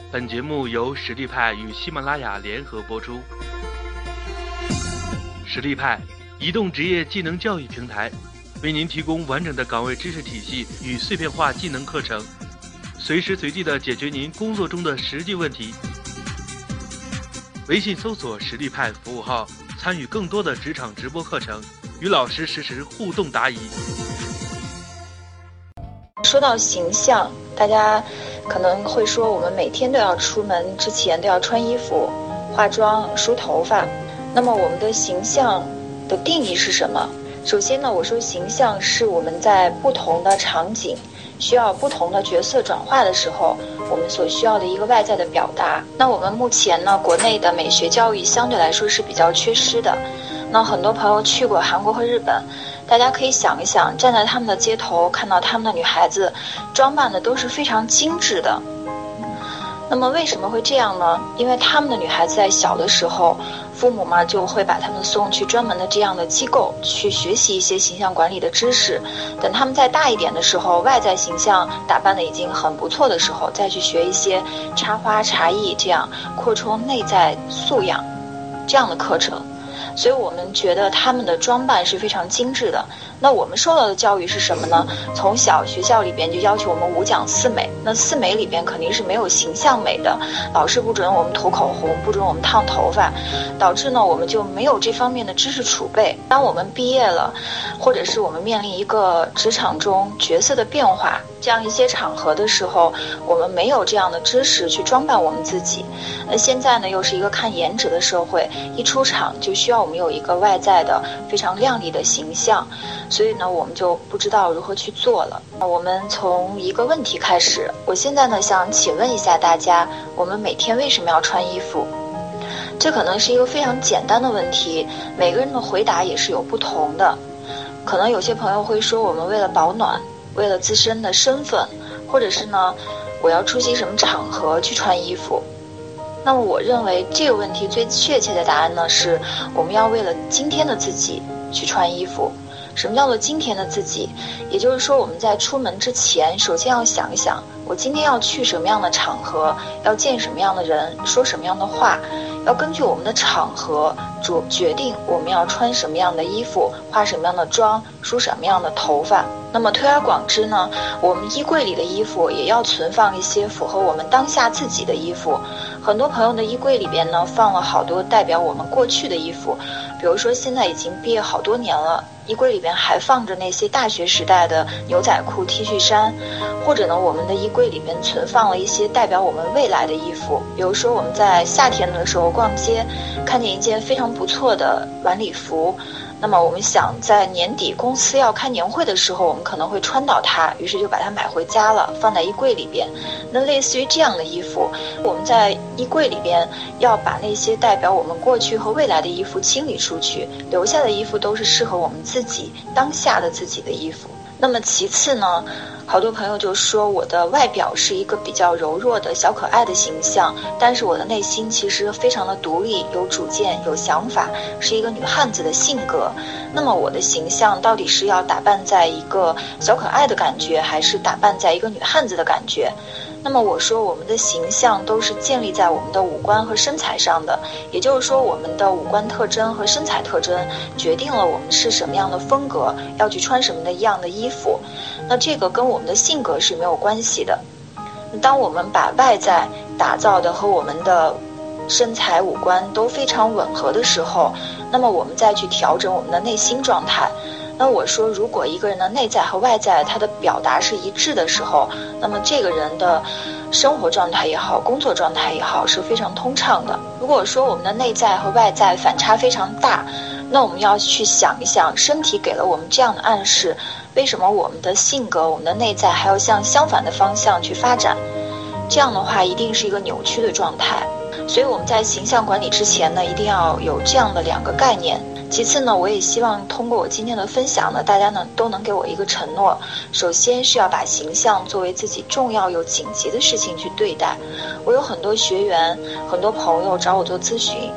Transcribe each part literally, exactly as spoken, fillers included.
本节目由实力派与喜马拉雅联合播出。实力派，移动职业技能教育平台，为您提供完整的岗位知识体系与碎片化技能课程，随时随地的解决您工作中的实际问题。微信搜索实力派服务号，参与更多的职场直播课程，与老师实时互动答疑。 说到形象，大家可能会说，我们每天都要出门之前都要穿衣服、化妆、梳头发。那么我们的形象的定义是什么？首先呢，我说形象是我们在不同的场景需要不同的角色转化的时候，我们所需要的一个外在的表达。那我们目前呢，国内的美学教育相对来说是比较缺失的。那很多朋友去过韩国和日本，大家可以想一想，站在他们的街头，看到他们的女孩子装扮的都是非常精致的。那么为什么会这样呢？因为他们的女孩子在小的时候，父母嘛就会把他们送去专门的这样的机构去学习一些形象管理的知识。等他们再大一点的时候，外在形象打扮的已经很不错的时候，再去学一些插花茶艺，这样扩充内在素养这样的课程。所以我们觉得他们的装扮是非常精致的。那我们受到的教育是什么呢？从小学校里边就要求我们五讲四美，那四美里边肯定是没有形象美的，老师不准我们涂口红，不准我们烫头发，导致呢我们就没有这方面的知识储备。当我们毕业了，或者是我们面临一个职场中角色的变化这样一些场合的时候，我们没有这样的知识去装扮我们自己。那现在呢又是一个看颜值的社会，一出场就需要我们有一个外在的非常亮丽的形象，所以呢我们就不知道如何去做了。我们从一个问题开始，我现在呢想请问一下大家，我们每天为什么要穿衣服？这可能是一个非常简单的问题，每个人的回答也是有不同的。可能有些朋友会说，我们为了保暖，为了自身的身份，或者是呢我要出席什么场合去穿衣服。那么我认为这个问题最确切的答案呢，是我们要为了今天的自己去穿衣服。什么叫做今天的自己？也就是说，我们在出门之前，首先要想一想，我今天要去什么样的场合，要见什么样的人，说什么样的话，要根据我们的场合主决定我们要穿什么样的衣服，化什么样的妆，梳什么样的头发。那么推而广之呢，我们衣柜里的衣服也要存放一些符合我们当下自己的衣服。很多朋友的衣柜里边呢，放了好多代表我们过去的衣服，比如说现在已经毕业好多年了，衣柜里边还放着那些大学时代的牛仔裤、T 恤衫，或者呢，我们的衣柜里边存放了一些代表我们未来的衣服。比如说我们在夏天的时候逛街，看见一件非常不错的晚礼服，那么我们想在年底公司要开年会的时候，我们可能会穿到它，于是就把它买回家了，放在衣柜里边。那类似于这样的衣服，我们在衣柜里边要把那些代表我们过去和未来的衣服清理出去，留下的衣服都是适合我们自己当下的自己的衣服。那么其次呢，好多朋友就说我的外表是一个比较柔弱的小可爱的形象，但是我的内心其实非常的独立，有主见，有想法，是一个女汉子的性格。那么我的形象到底是要打扮在一个小可爱的感觉，还是打扮在一个女汉子的感觉？那么我说我们的形象都是建立在我们的五官和身材上的，也就是说我们的五官特征和身材特征决定了我们是什么样的风格，要去穿什么的一样的衣服。那这个跟我们的性格是没有关系的。当我们把外在打造的和我们的身材五官都非常吻合的时候，那么我们再去调整我们的内心状态。那我说，如果一个人的内在和外在他的表达是一致的时候，那么这个人的生活状态也好，工作状态也好，是非常通畅的。如果说我们的内在和外在反差非常大，那我们要去想一想，身体给了我们这样的暗示，为什么我们的性格，我们的内在还要向相反的方向去发展？这样的话一定是一个扭曲的状态。所以我们在形象管理之前呢，一定要有这样的两个概念。其次呢，我也希望通过我今天的分享呢，大家呢都能给我一个承诺。首先是要把形象作为自己重要又紧急的事情去对待。我有很多学员，很多朋友找我做咨询，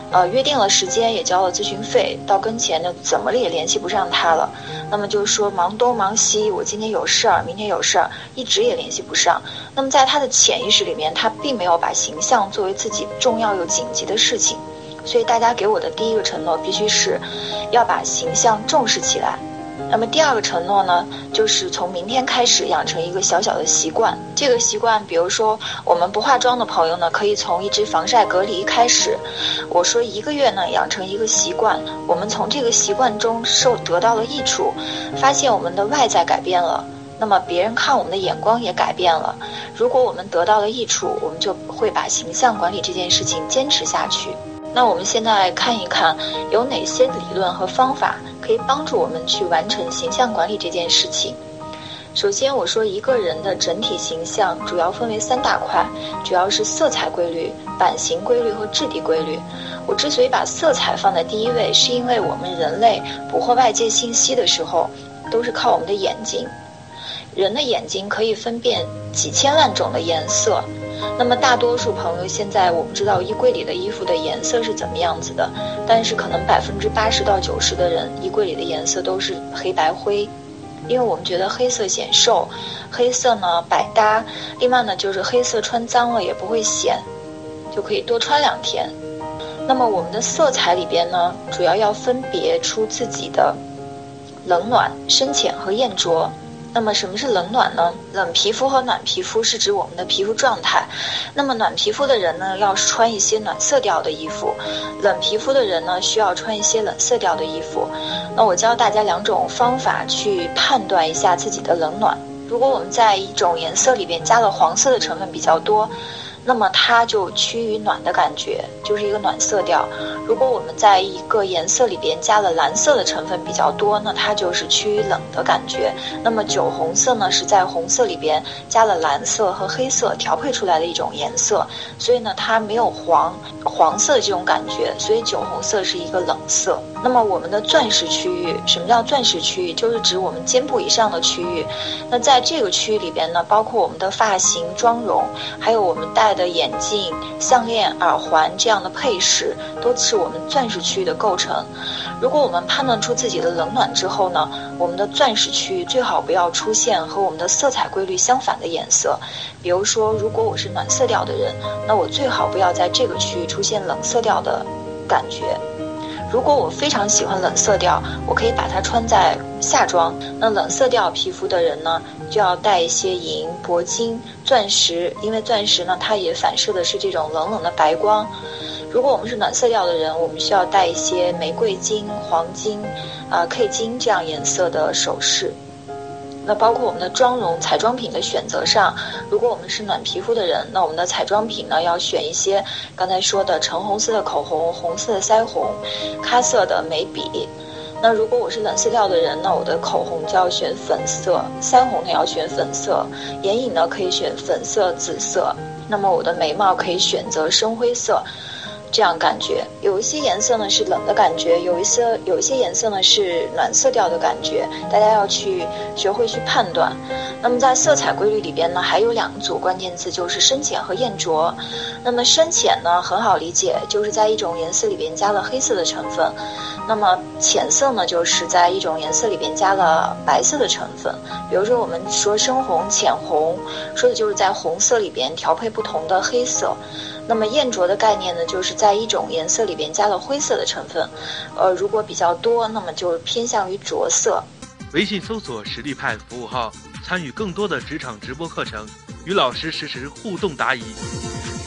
呃，约定了时间，也交了咨询费，到跟前呢，怎么也联系不上他了。那么就是说忙东忙西，我今天有事儿，明天有事儿，一直也联系不上。那么在他的潜意识里面，他并没有把形象作为自己重要又紧急的事情。所以大家给我的第一个承诺，必须是要把形象重视起来。那么第二个承诺呢，就是从明天开始养成一个小小的习惯。这个习惯，比如说我们不化妆的朋友呢，可以从一支防晒隔离开始。我说一个月呢，养成一个习惯，我们从这个习惯中受得到了益处，发现我们的外在改变了，那么别人看我们的眼光也改变了。如果我们得到了益处，我们就会把形象管理这件事情坚持下去。那我们现在来看一看有哪些理论和方法可以帮助我们去完成形象管理这件事情。首先我说一个人的整体形象主要分为三大块，主要是色彩规律、版型规律和质地规律。我之所以把色彩放在第一位，是因为我们人类捕获外界信息的时候都是靠我们的眼睛。人的眼睛可以分辨几千万种的颜色，那么大多数朋友现在我们知道衣柜里的衣服的颜色是怎么样子的，但是可能百分之八十到九十的人衣柜里的颜色都是黑白灰，因为我们觉得黑色显瘦，黑色呢百搭，另外呢就是黑色穿脏了也不会显，就可以多穿两天。那么我们的色彩里边呢，主要要分别出自己的冷暖、深浅和艳浊。那么什么是冷暖呢？冷皮肤和暖皮肤是指我们的皮肤状态。那么暖皮肤的人呢，要穿一些暖色调的衣服；冷皮肤的人呢，需要穿一些冷色调的衣服。那我教大家两种方法去判断一下自己的冷暖。如果我们在一种颜色里边加了黄色的成分比较多，那么它就趋于暖的感觉，就是一个暖色调。如果我们在一个颜色里边加了蓝色的成分比较多，那它就是趋于冷的感觉。那么酒红色呢，是在红色里边加了蓝色和黑色调配出来的一种颜色，所以呢它没有黄黄色的这种感觉，所以酒红色是一个冷色。那么我们的钻石区域，什么叫钻石区域？就是指我们肩部以上的区域。那在这个区域里边呢，包括我们的发型、妆容，还有我们戴的眼镜、项链、耳环这样的配饰，都是我们钻石区域的构成。如果我们判断出自己的冷暖之后呢，我们的钻石区域最好不要出现和我们的色彩规律相反的颜色。比如说，如果我是暖色调的人，那我最好不要在这个区域出现冷色调的感觉。如果我非常喜欢冷色调，我可以把它穿在夏装。那冷色调皮肤的人呢，就要带一些银、铂金、钻石，因为钻石呢，它也反射的是这种冷冷的白光。如果我们是暖色调的人，我们需要带一些玫瑰金、黄金、啊、呃、K 金这样颜色的首饰。那包括我们的妆容、彩妆品的选择上，如果我们是暖皮肤的人，那我们的彩妆品呢，要选一些刚才说的橙红色的口红、红色的腮红、咖色的眉笔。那如果我是冷色调的人，那我的口红就要选粉色，腮红呢要选粉色，眼影呢可以选粉色、紫色。那么我的眉毛可以选择深灰色。这样感觉有一些颜色呢是冷的感觉，有一些有一些颜色呢是暖色调的感觉，大家要去学会去判断。那么在色彩规律里边呢，还有两组关键字，就是深浅和艳浊。那么深浅呢很好理解，就是在一种颜色里边加了黑色的成分。那么浅色呢，就是在一种颜色里边加了白色的成分。比如说我们说深红、浅红，说的就是在红色里边调配不同的黑色。那么艳浊的概念呢，就是在一种颜色里边加了灰色的成分，呃，如果比较多，那么就偏向于着色。 微信搜索实力派服务号，参与更多的职场直播课程，与老师实时互动答疑。